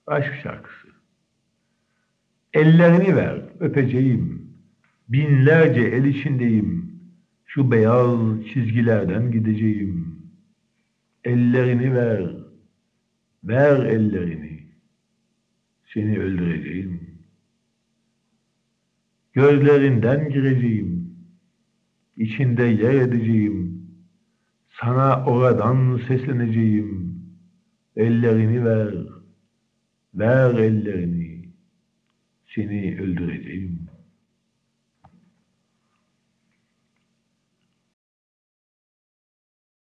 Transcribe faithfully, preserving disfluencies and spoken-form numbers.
Aşk şarkısı. Ellerini ver, öpeceğim. Binlerce el içindeyim. Şu beyaz çizgilerden gideceğim. Ellerini ver, ver ellerini. Seni öldüreceğim. Gözlerinden gireceğim. İçinde yer edeceğim. Sana oradan sesleneceğim. Ellerini ver, ver ellerini. Seni öldüreceğim.